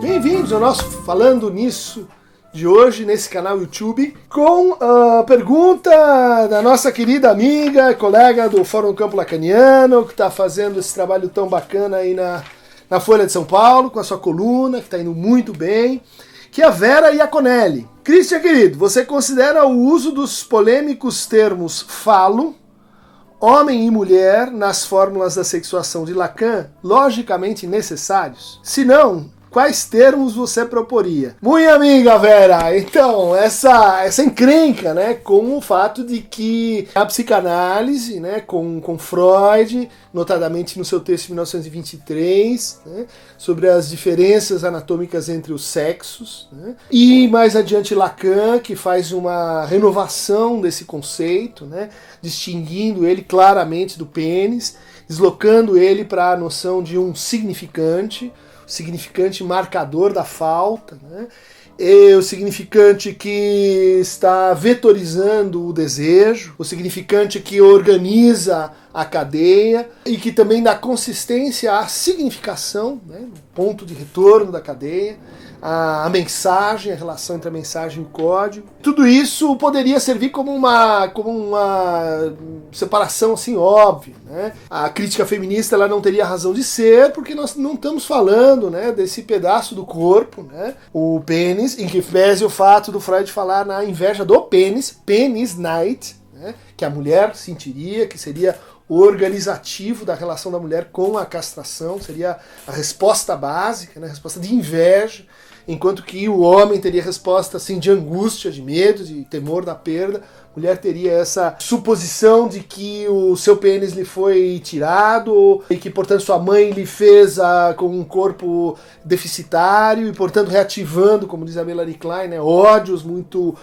Bem-vindos ao nosso Falando Nisso de hoje, nesse canal YouTube, com a pergunta da nossa querida amiga, colega do Fórum Campo Lacaniano, que está fazendo esse trabalho tão bacana aí na Folha de São Paulo, com a sua coluna, que está indo muito bem, que é a Vera Iaconelli. Christian, querido, você considera o uso dos polêmicos termos falo, homem e mulher nas fórmulas da sexuação de Lacan logicamente necessários? Se não, quais termos você proporia? Muito amiga Vera, então, essa encrenca, né, com o fato de que a psicanálise, né, com Freud, notadamente no seu texto de 1923, né, sobre as diferenças anatômicas entre os sexos, né, e mais adiante Lacan, que faz uma renovação desse conceito, né, distinguindo ele claramente do pênis, deslocando ele para a noção de um significante marcador da falta, né? E o significante que está vetorizando o desejo, o significante que organiza a cadeia e que também dá consistência à significação, né? No ponto de retorno da cadeia, a mensagem, a relação entre a mensagem e o código. Tudo isso poderia servir como uma separação assim óbvia, né? A crítica feminista ela não teria razão de ser, porque nós não estamos falando, né, desse pedaço do corpo, né, o pênis, em que pese o fato do Freud falar na inveja do pênis, penis night, né, que a mulher sentiria, que seria o organizativo da relação da mulher com a castração, seria a resposta básica, né, a resposta de inveja, enquanto que o homem teria resposta assim de angústia, de medo, de temor da perda. A mulher teria essa suposição de que o seu pênis lhe foi tirado e que, portanto, sua mãe lhe fez com um corpo deficitário e, portanto, reativando, como diz a Melanie Klein, né, ódios muito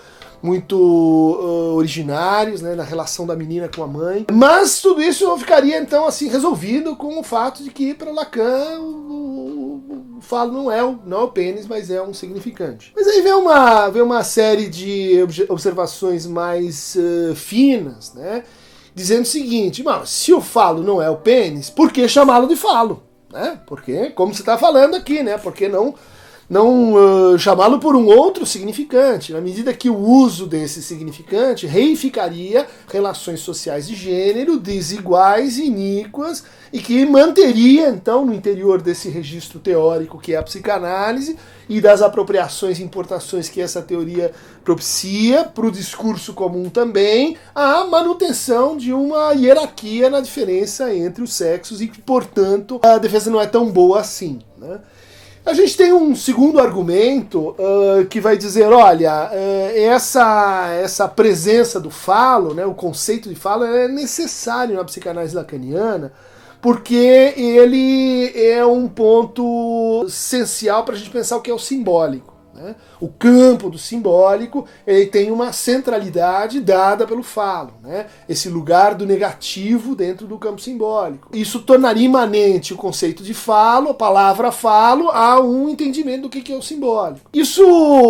originários, né, na relação da menina com a mãe. Mas tudo isso ficaria, então, assim, resolvido com o fato de que, para Lacan, o falo não é o pênis, mas é um significante. Mas aí vem uma série de observações mais finas, né, dizendo o seguinte: se o falo não é o pênis, por que chamá-lo de falo? Né? Porque, como você está falando aqui, né, por que não chamá-lo por um outro significante, na medida que o uso desse significante reificaria relações sociais de gênero desiguais e iníquas e que manteria, então, no interior desse registro teórico que é a psicanálise e das apropriações e importações que essa teoria propicia, para o discurso comum também, a manutenção de uma hierarquia na diferença entre os sexos e que, portanto, a defesa não é tão boa assim, né? A gente tem um segundo argumento que vai dizer, olha, essa presença do falo, né, o conceito de falo é necessário na psicanálise lacaniana, porque ele é um ponto essencial para a gente pensar o que é o simbólico. Né? O campo do simbólico ele tem uma centralidade dada pelo falo, né? Esse lugar do negativo dentro do campo simbólico. Isso tornaria imanente o conceito de falo, a palavra falo, a um entendimento do que é o simbólico. Isso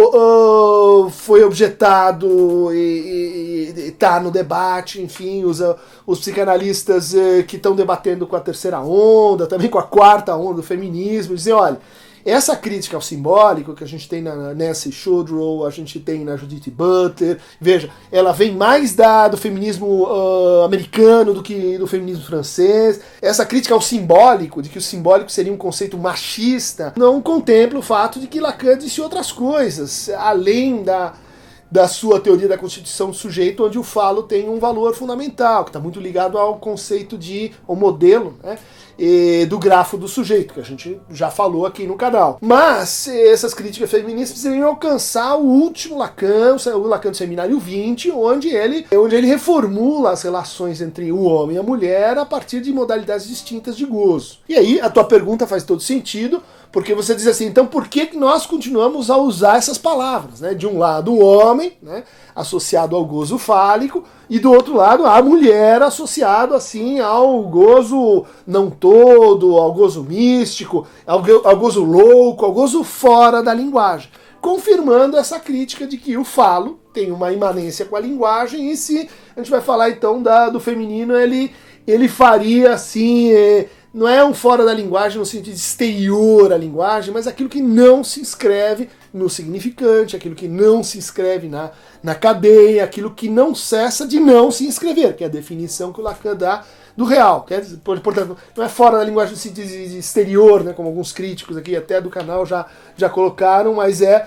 foi objetado e está no debate, enfim, os psicanalistas que estão debatendo com a terceira onda, também com a quarta onda do feminismo, dizem, olha, essa crítica ao simbólico que a gente tem na Nancy Shudrow, a gente tem na Judith Butler, veja, ela vem mais do feminismo americano do que do feminismo francês. Essa crítica ao simbólico, de que o simbólico seria um conceito machista, não contempla o fato de que Lacan disse outras coisas, além da sua teoria da constituição do sujeito, onde o falo tem um valor fundamental, que está muito ligado ao conceito ao modelo, né, do grafo do sujeito, que a gente já falou aqui no canal. Mas essas críticas feministas precisariam alcançar o último Lacan, o Lacan do Seminário 20, onde ele reformula as relações entre o homem e a mulher a partir de modalidades distintas de gozo. E aí a tua pergunta faz todo sentido, porque você diz assim, então por que nós continuamos a usar essas palavras? Né? De um lado o homem, né, associado ao gozo fálico, e do outro lado a mulher associado assim ao gozo não todo, ao gozo místico, ao gozo louco, ao gozo fora da linguagem, confirmando essa crítica de que o falo tem uma imanência com a linguagem, e se a gente vai falar então do feminino, ele faria assim não é um fora da linguagem no sentido exterior à linguagem, mas aquilo que não se inscreve no significante, aquilo que não se inscreve na cadeia, aquilo que não cessa de não se inscrever, que é a definição que o Lacan dá do real. Portanto, não é fora da linguagem no sentido exterior, né, como alguns críticos aqui até do canal já colocaram, mas é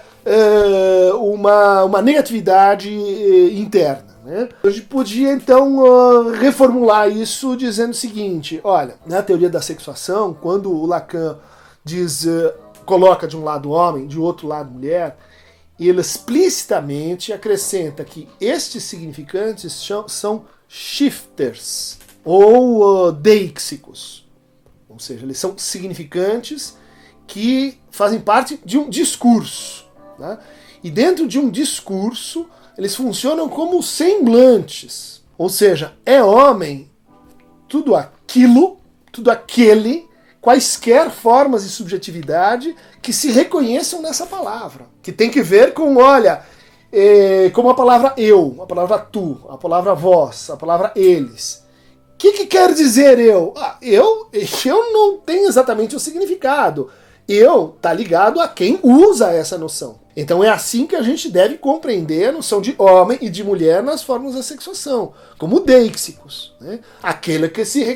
uma negatividade interna. Né? A gente podia então reformular isso dizendo o seguinte: olha, na teoria da sexuação, quando o Lacan coloca de um lado o homem, de outro lado a mulher, ele explicitamente acrescenta que estes significantes são shifters ou deixicos, ou seja, eles são significantes que fazem parte de um discurso. Né? E dentro de um discurso eles funcionam como semblantes, ou seja, é homem tudo aquilo, tudo aquele, quaisquer formas de subjetividade que se reconheçam nessa palavra, que tem que ver com, olha, como a palavra eu, a palavra tu, a palavra vós, a palavra eles. O que quer dizer eu? Eu não tenho exatamente o significado. Eu tá ligado a quem usa essa noção. Então é assim que a gente deve compreender a noção de homem e de mulher nas formas da sexuação, como deixicos, né? Aquele que se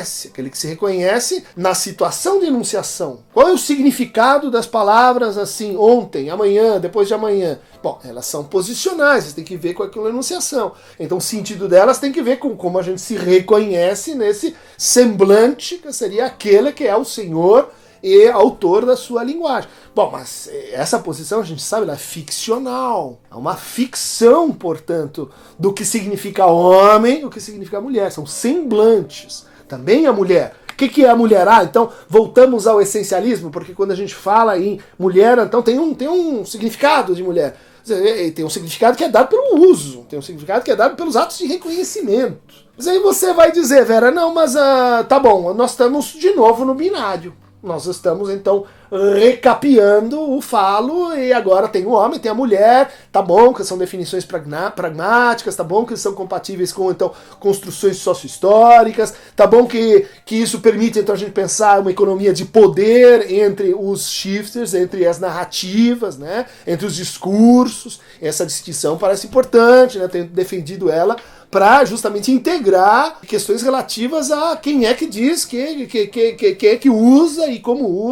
reconhece na situação de enunciação. Qual é o significado das palavras assim, ontem, amanhã, depois de amanhã? Bom, elas são posicionais, tem que ver com aquela enunciação. Então o sentido delas tem que ver com como a gente se reconhece nesse semblante, que seria aquele que é o Senhor e autor da sua linguagem. Bom, mas essa posição, a gente sabe, ela é ficcional. É uma ficção, portanto, do que significa homem e o que significa mulher. São semblantes. Também a mulher. O que é a mulher? Então voltamos ao essencialismo, porque quando a gente fala em mulher, então tem um significado de mulher. Tem um significado que é dado pelo uso, tem um significado que é dado pelos atos de reconhecimento. Mas aí você vai dizer, Vera, não, mas tá bom, nós estamos de novo no binário. Nós estamos, então, recapeando o falo, e agora tem o homem, tem a mulher, tá bom que são definições pragmáticas, tá bom que são compatíveis com, então, construções sociohistóricas, tá bom que isso permite, então, a gente pensar uma economia de poder entre os shifters, entre as narrativas, né, entre os discursos. Essa distinção parece importante, né, tenho defendido ela, para justamente integrar questões relativas a quem é que diz, quem é que usa e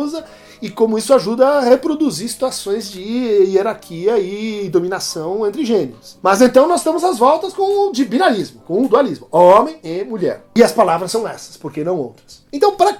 como isso ajuda a reproduzir situações de hierarquia e dominação entre gêneros. Mas então nós estamos às voltas com o binarismo, com o dualismo, homem e mulher. E as palavras são essas, por que não outras? Então, para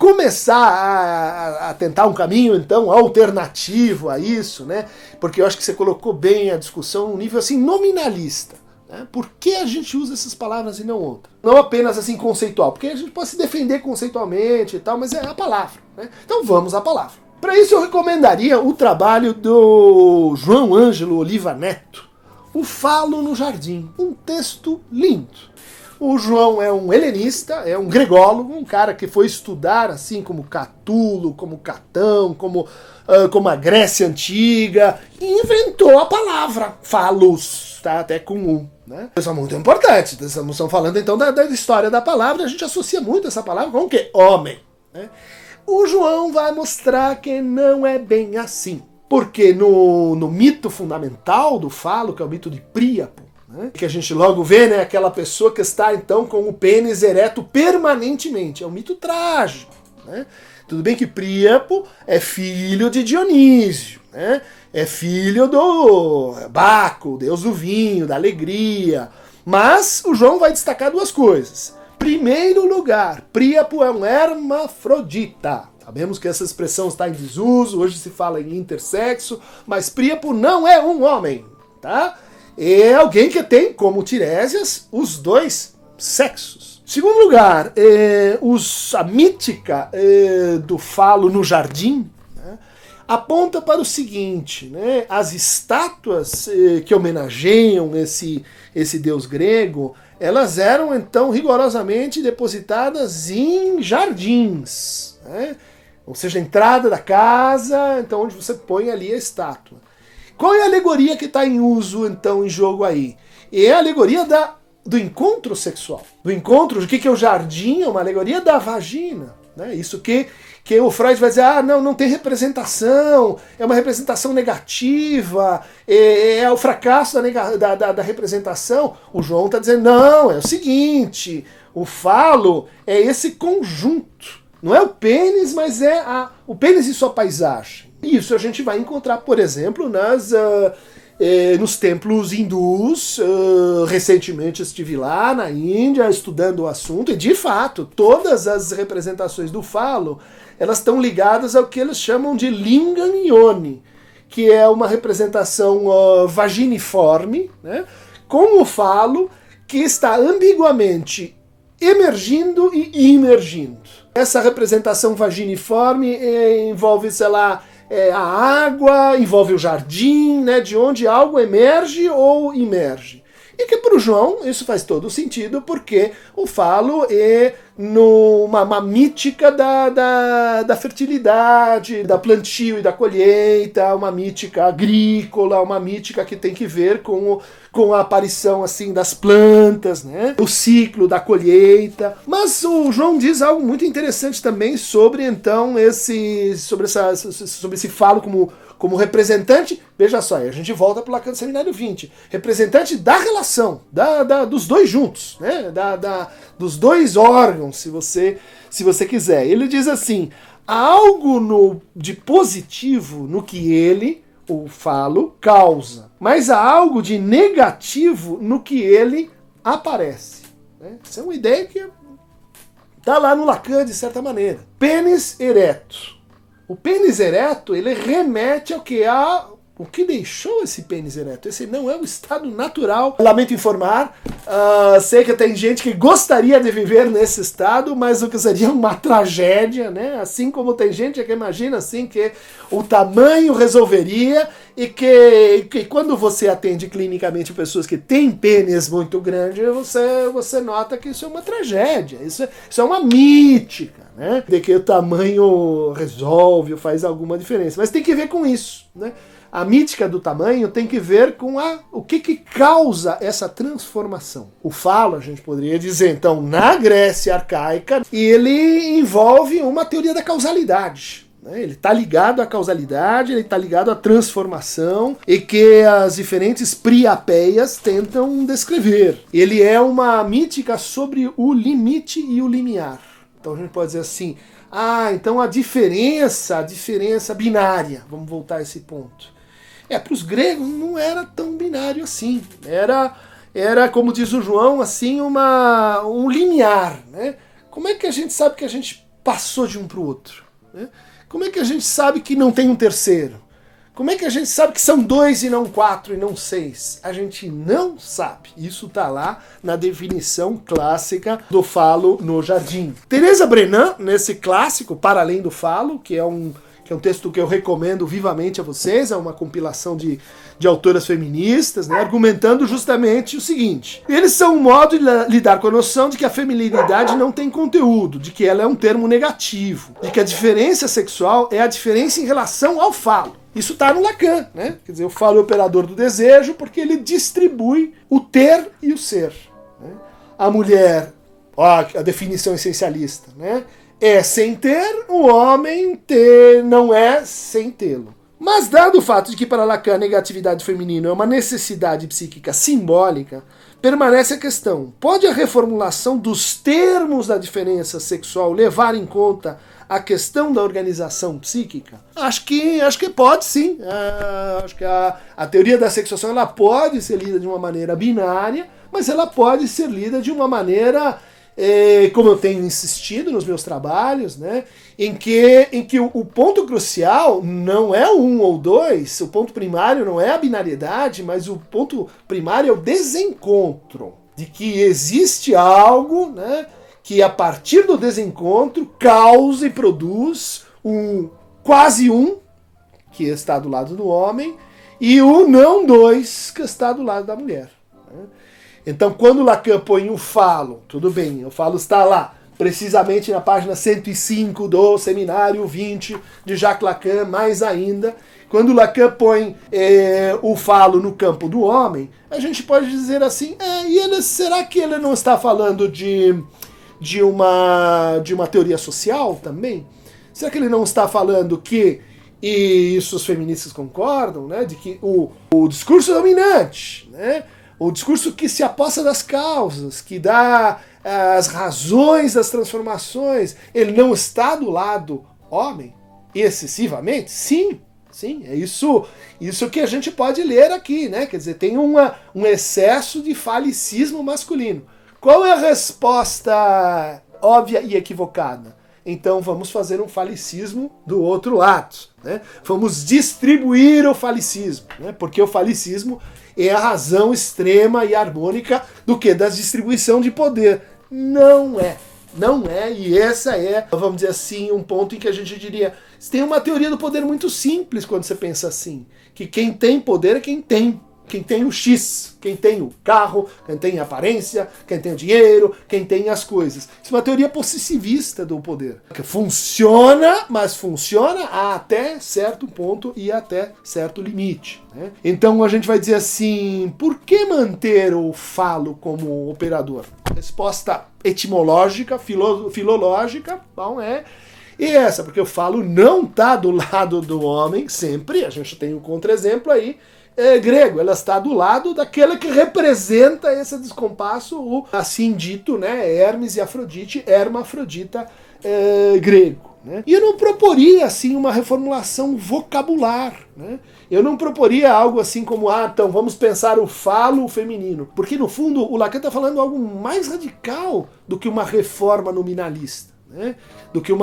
começar a tentar um caminho então alternativo a isso, né? Porque eu acho que você colocou bem a discussão num nível assim nominalista. Por que a gente usa essas palavras e não outras? Não apenas assim conceitual, porque a gente pode se defender conceitualmente e tal, mas é a palavra. Né? Então vamos à palavra. Para isso eu recomendaria o trabalho do João Ângelo Oliva Neto, O Falo no Jardim, um texto lindo. O João é um helenista, é um grególogo, um cara que foi estudar assim como Catulo, como Catão, como a Grécia Antiga, e inventou a palavra falos, tá? Até com um. Né? Isso é muito importante. Estamos falando então da história da palavra, a gente associa muito essa palavra com o quê? Homem. Né? O João vai mostrar que não é bem assim. Porque no mito fundamental do falo, que é o mito de Príapo, né? Que a gente logo vê, né, aquela pessoa que está então com o pênis ereto permanentemente. É um mito trágico. Né? Tudo bem que Príapo é filho de Dionísio, né? É filho do Baco, deus do vinho, da alegria. Mas o João vai destacar duas coisas. Primeiro lugar, Príapo é um hermafrodita. Sabemos que essa expressão está em desuso, hoje se fala em intersexo, mas Príapo não é um homem, tá? É alguém que tem, como Tiresias, os dois sexos. Segundo lugar, a mítica do falo no jardim, né, aponta para o seguinte, né, as estátuas que homenageiam esse deus grego, elas eram então rigorosamente depositadas em jardins, né, ou seja, a entrada da casa, então onde você põe ali a estátua. Qual é a alegoria que está em uso, então, em jogo aí? É a alegoria do encontro sexual. Do encontro, o que é o jardim? É uma alegoria da vagina. né? Isso que o Freud vai dizer, não tem representação, é uma representação negativa, é o fracasso da representação. O João está dizendo, não, é o seguinte, o falo é esse conjunto. Não é o pênis, mas é o pênis e sua paisagem. Isso a gente vai encontrar, por exemplo, nos templos hindus. Recentemente estive lá na Índia estudando o assunto, e de fato, todas as representações do falo, elas estão ligadas ao que eles chamam de lingam yoni, que é uma representação vaginiforme, né, com o falo que está ambiguamente emergindo e imergindo. Essa representação vaginiforme envolve, sei lá, a água, envolve o jardim, né, de onde algo emerge ou imerge. E que para o João isso faz todo sentido, porque o falo é uma mítica da fertilidade, da plantio e da colheita, uma mítica agrícola, uma mítica que tem que ver com a aparição assim das plantas, né? O ciclo da colheita. Mas o João diz algo muito interessante também sobre então sobre esse falo como representante. Veja só, a gente volta para o Lacan do Seminário 20, representante da relação, dos dois juntos, né? Dos dois órgãos, se você quiser. Ele diz assim, há algo de positivo no que ele, o falo, causa, mas há algo de negativo no que ele aparece. Né? Essa é uma ideia que está lá no Lacan, de certa maneira. Pênis ereto. O pênis ereto, ele remete ao que o que deixou esse pênis ereto. Esse não é o estado natural. Lamento informar, sei que tem gente que gostaria de viver nesse estado, mas o que seria uma tragédia, né? Assim como tem gente que imagina assim que o tamanho resolveria, e que quando você atende clinicamente pessoas que têm pênis muito grande, você nota que isso é uma tragédia, isso é uma mítica, né? De que o tamanho resolve ou faz alguma diferença. Mas tem que ver com isso, né? A mítica do tamanho tem que ver com o que causa essa transformação. O falo, a gente poderia dizer, então, na Grécia arcaica, ele envolve uma teoria da causalidade. Né? Ele está ligado à causalidade, ele está ligado à transformação, e que as diferentes priapeias tentam descrever. Ele é uma mítica sobre o limite e o limiar. Então a gente pode dizer assim, então a diferença binária, vamos voltar a esse ponto. Para os gregos não era tão binário assim. Era, como diz o João, assim, um limiar. Né? Como é que a gente sabe que a gente passou de um para o outro? Né? Como é que a gente sabe que não tem um terceiro? Como é que a gente sabe que são 2 e não 4 e não 6? A gente não sabe. Isso está lá na definição clássica do falo no jardim. Teresa Brenan, nesse clássico, Para Além do Falo, que é um texto que eu recomendo vivamente a vocês, é uma compilação de autoras feministas, né, argumentando justamente o seguinte: eles são um modo de lidar com a noção de que a feminilidade não tem conteúdo, de que ela é um termo negativo, de que a diferença sexual é a diferença em relação ao falo. Isso está no Lacan, né? Quer dizer, o falo é o operador do desejo porque ele distribui o ter e o ser. Né? A mulher, a definição essencialista, né? É sem ter, o homem não é sem tê-lo. Mas dado o fato de que para Lacan a negatividade feminina é uma necessidade psíquica simbólica, permanece a questão: pode a reformulação dos termos da diferença sexual levar em conta a questão da organização psíquica? Acho que pode, sim. Acho que a teoria da sexuação ela pode ser lida de uma maneira binária, mas ela pode ser lida de uma maneira, como eu tenho insistido nos meus trabalhos, né, em que o ponto crucial não é o 1 ou 2, o ponto primário não é a binariedade, mas o ponto primário é o desencontro, de que existe algo, né, que a partir do desencontro causa e produz um quase 1, que está do lado do homem, e o não 2, que está do lado da mulher. Né? Então, quando Lacan põe o falo, tudo bem, o falo está lá, precisamente na página 105 do Seminário 20 de Jacques Lacan, mais ainda, quando Lacan põe o falo no campo do homem, a gente pode dizer assim, será que ele não está falando de de uma teoria social também? Será que ele não está falando que, e isso os feministas concordam, né, de que o discurso dominante, né, o discurso que se aposta das causas, que dá as razões das transformações, ele não está do lado homem excessivamente? Sim, sim, é isso que a gente pode ler aqui, né? Quer dizer, tem um excesso de falicismo masculino. Qual é a resposta óbvia e equivocada? Então vamos fazer um falicismo do outro lado, né? Vamos distribuir o falicismo, né? Porque o falicismo é a razão extrema e harmônica do que? Da distribuição de poder. Não é. Não é, e essa é, vamos dizer assim, um ponto em que a gente diria, tem uma teoria do poder muito simples quando você pensa assim, que quem tem poder é quem tem o X, quem tem o carro, quem tem a aparência, quem tem o dinheiro, quem tem as coisas. Isso é uma teoria possessivista do poder, que funciona, mas funciona até certo ponto e até certo limite, né? Então a gente vai dizer assim, por que manter o falo como operador? Resposta etimológica, filológica, bom, e essa, porque o falo não está do lado do homem sempre, a gente tem um contra-exemplo aí, grego, ela está do lado daquela que representa esse descompasso, o assim dito, né, Hermes e Afrodite, hermafrodita grego. Né? E eu não proporia assim uma reformulação vocabular, né? Eu não proporia algo assim como, então vamos pensar o falo feminino, porque no fundo o Lacan está falando algo mais radical do que uma reforma nominalista, né? do que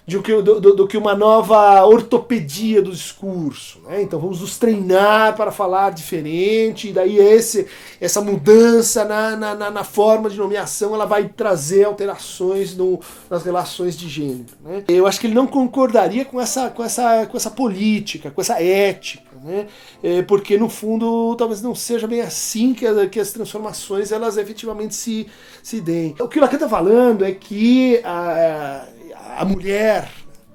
uma nova ortopedia do discurso, né? Então vamos nos treinar para falar diferente, e daí essa mudança na forma de nomeação ela vai trazer alterações nas relações de gênero, né? Eu acho que ele não concordaria com essa política, com essa ética, né? Porque no fundo talvez não seja bem assim que as transformações elas efetivamente se deem. O que o Lacan está falando é que a mulher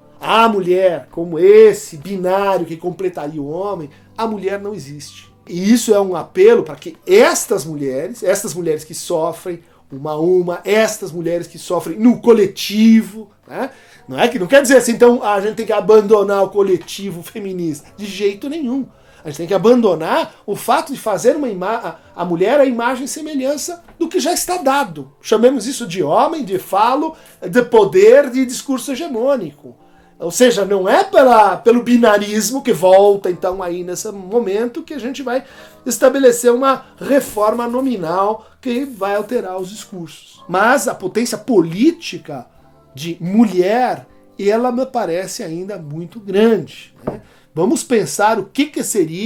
como esse binário que completaria o homem, a mulher não existe. E isso é um apelo para que estas mulheres que sofrem uma a uma, estas mulheres que sofrem no coletivo, né? Não quer dizer assim, então a gente tem que abandonar o coletivo feminista. De jeito nenhum. A gente tem que abandonar o fato de fazer a mulher a imagem e semelhança do que já está dado. Chamemos isso de homem, de falo, de poder, de discurso hegemônico. Ou seja, não é pelo binarismo que volta então aí nesse momento que a gente vai estabelecer uma reforma nominal que vai alterar os discursos. Mas a potência política de mulher, ela me parece ainda muito grande, né? Vamos pensar o que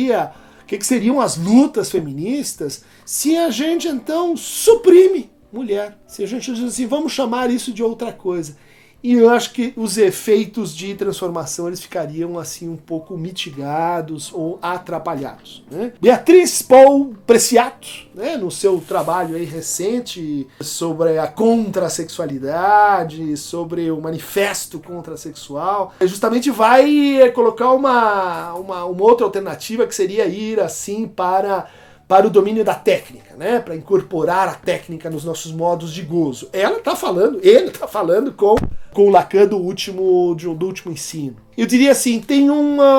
seriam as lutas feministas se a gente então suprime mulher, se a gente diz assim, vamos chamar isso de outra coisa. E eu acho que os efeitos de transformação eles ficariam assim um pouco mitigados ou atrapalhados, né? Beatriz Paul Preciato, né, no seu trabalho aí recente sobre a contrasexualidade, sobre o manifesto contrasexual, justamente vai colocar uma outra alternativa que seria ir assim para o domínio da técnica, né? Para incorporar a técnica nos nossos modos de gozo. Ele está falando com o Lacan do último ensino. Eu diria assim, tem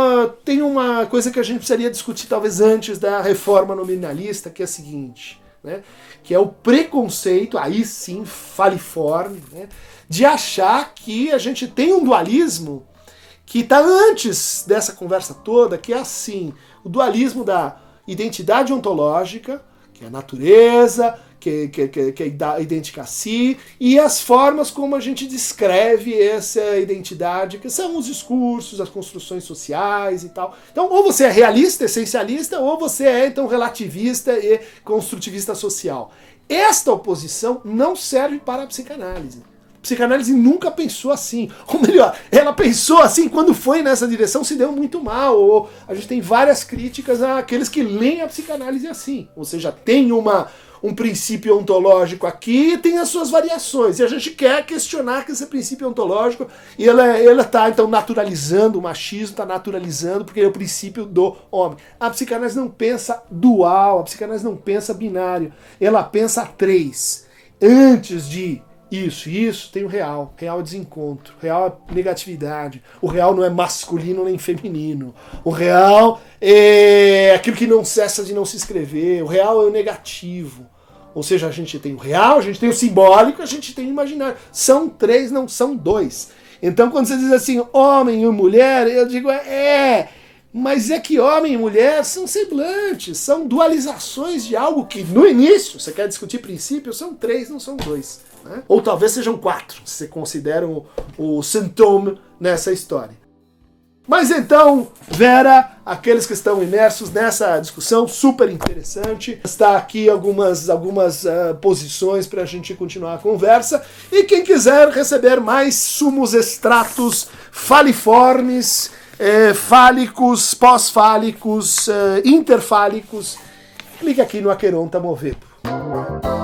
uma coisa que a gente precisaria discutir talvez antes da reforma nominalista, que é a seguinte, né? Que é o preconceito, aí sim, faliforme, né? De achar que a gente tem um dualismo que está antes dessa conversa toda, que é assim, o dualismo da identidade ontológica, que é a natureza, que é idêntica a si, e as formas como a gente descreve essa identidade, que são os discursos, as construções sociais e tal. Então, ou você é realista, essencialista, ou você é, então, relativista e construtivista social. Esta oposição não serve para a psicanálise. A psicanálise nunca pensou assim. Ou melhor, ela pensou assim, quando foi nessa direção, se deu muito mal. Ou a gente tem várias críticas àqueles que leem a psicanálise assim. Ou seja, tem um princípio ontológico aqui e tem as suas variações. E a gente quer questionar que esse princípio ontológico, e ela está então naturalizando o machismo, está naturalizando, porque é o princípio do homem. A psicanálise não pensa dual, a psicanálise não pensa binário. Ela pensa três. Antes de Isso, tem o real. Real é desencontro, real é negatividade. O real não é masculino nem feminino. O real é aquilo que não cessa de não se escrever. O real é o negativo. Ou seja, a gente tem o real, a gente tem o simbólico, a gente tem o imaginário. São três, não são dois. Então quando você diz assim, homem e mulher, eu digo, mas é que homem e mulher são semblantes, são dualizações de algo que no início, você quer discutir princípios, são três, não são dois. Né? Ou talvez sejam quatro, se você considera o symptôme nessa história. Mas então, Vera, aqueles que estão imersos nessa discussão super interessante, está aqui algumas posições para a gente continuar a conversa. E quem quiser receber mais sumos extratos faliformes, fálicos, pós-fálicos, interfálicos, clique aqui no Aqueronta Moveto.